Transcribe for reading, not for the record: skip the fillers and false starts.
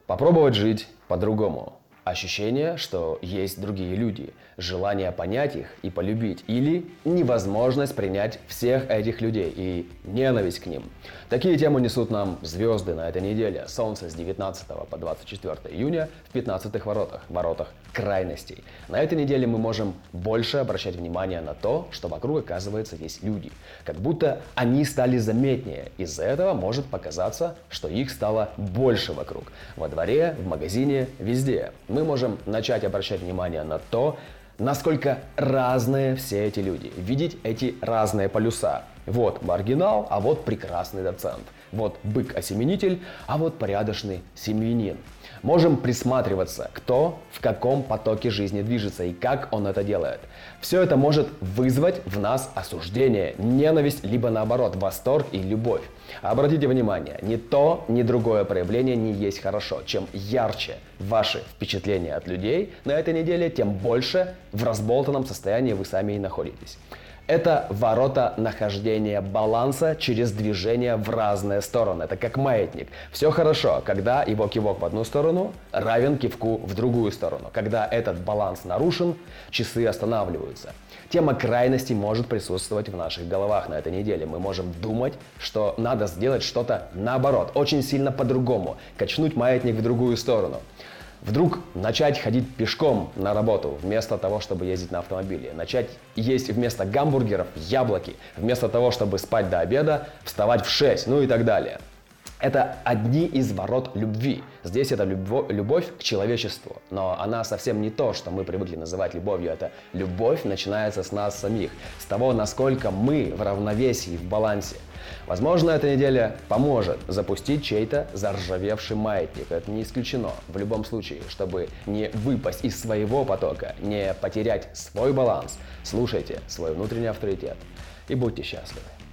Попробовать жить по-другому. Ощущение, что есть другие люди, желание понять их и полюбить, или невозможность принять всех этих людей и ненависть к ним. Такие темы несут нам звезды на этой неделе. Солнце с 19 по 24 июня в 15-х воротах крайностей. На этой неделе мы можем больше обращать внимание на то, что вокруг, оказывается, есть люди. Как будто они стали заметнее. Из-за этого может показаться, что их стало больше вокруг. Во дворе, в магазине, везде. Мы можем начать обращать внимание на то, насколько разные все эти люди. Видеть эти разные полюса. Вот маргинал, а вот прекрасный доцент. Вот бык-осеменитель, а вот порядочный семьянин. Можем присматриваться, кто в каком потоке жизни движется и как он это делает. Все это может вызвать в нас осуждение, ненависть, либо наоборот, восторг и любовь. Обратите внимание, ни то, ни другое проявление не есть хорошо. Чем ярче ваши впечатления от людей на этой неделе, тем больше в разболтанном состоянии вы сами и находитесь. Это ворота нахождения баланса через движение в разные стороны. Это как маятник. Все хорошо, когда его кивок в одну сторону равен кивку в другую сторону. Когда этот баланс нарушен, часы останавливаются. Тема крайности может присутствовать в наших головах на этой неделе. Мы можем думать, что надо сделать что-то наоборот, очень сильно по-другому, качнуть маятник в другую сторону. Вдруг начать ходить пешком на работу вместо того, чтобы ездить на автомобиле. Начать есть вместо гамбургеров яблоки. Вместо того, чтобы спать до обеда, вставать в 6, ну и так далее. Это одни из ворот любви. Здесь это любовь к человечеству. Но она совсем не то, что мы привыкли называть любовью. Это любовь начинается с нас самих. С того, насколько мы в равновесии, в балансе. Возможно, эта неделя поможет запустить чей-то заржавевший маятник. Это не исключено. В любом случае, чтобы не выпасть из своего потока, не потерять свой баланс, слушайте свой внутренний авторитет и будьте счастливы.